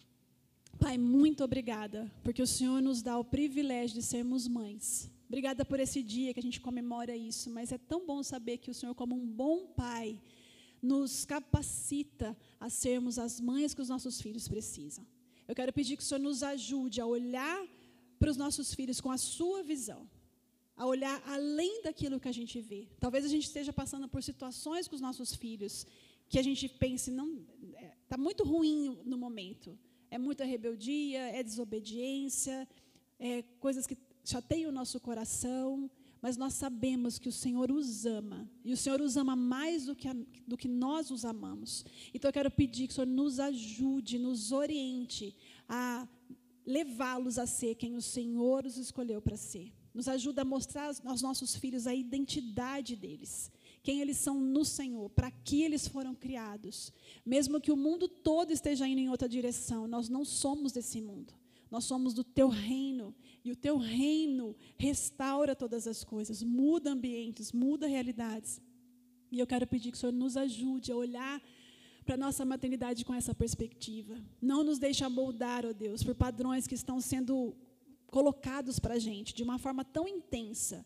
Pai, muito obrigada, porque o Senhor nos dá o privilégio de sermos mães. Obrigada por esse dia que a gente comemora isso, mas é tão bom saber que o Senhor, como um bom pai, nos capacita a sermos as mães que os nossos filhos precisam. Eu quero pedir que o Senhor nos ajude a olhar para os nossos filhos com a sua visão, a olhar além daquilo que a gente vê. Talvez a gente esteja passando por situações com os nossos filhos que a gente pense, não, está muito ruim no momento. É muita rebeldia, é desobediência, é coisas que chateiam o nosso coração, mas nós sabemos que o Senhor os ama, e o Senhor os ama mais do que, a, do que nós os amamos. Então eu quero pedir que o Senhor nos ajude, nos oriente a levá-los a ser quem o Senhor os escolheu para ser. Nos ajuda a mostrar aos nossos filhos a identidade deles, quem eles são no Senhor, para que eles foram criados. Mesmo que o mundo todo esteja indo em outra direção, nós não somos desse mundo. Nós somos do teu reino, e o teu reino restaura todas as coisas, muda ambientes, muda realidades. E eu quero pedir que o Senhor nos ajude a olhar para a nossa maternidade com essa perspectiva. Não nos deixe moldar, ó Deus, por padrões que estão sendo colocados para a gente de uma forma tão intensa.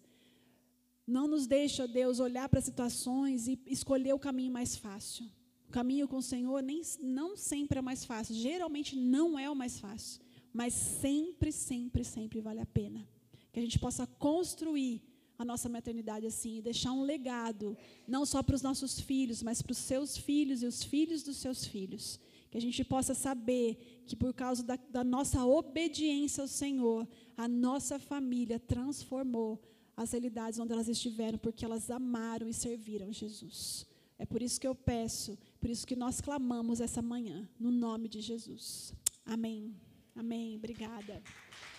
Não nos deixe, ó Deus, olhar para situações e escolher o caminho mais fácil. O caminho com o Senhor nem, não sempre é mais fácil, geralmente não é o mais fácil, mas sempre, sempre, sempre vale a pena. Que a gente possa construir a nossa maternidade assim e deixar um legado, não só para os nossos filhos, mas para os seus filhos e os filhos dos seus filhos. Que a gente possa saber que por causa da, da nossa obediência ao Senhor, a nossa família transformou as realidades onde elas estiveram, porque elas amaram e serviram Jesus. É por isso que eu peço, por isso que nós clamamos essa manhã, no nome de Jesus. Amém. Amém. Obrigada.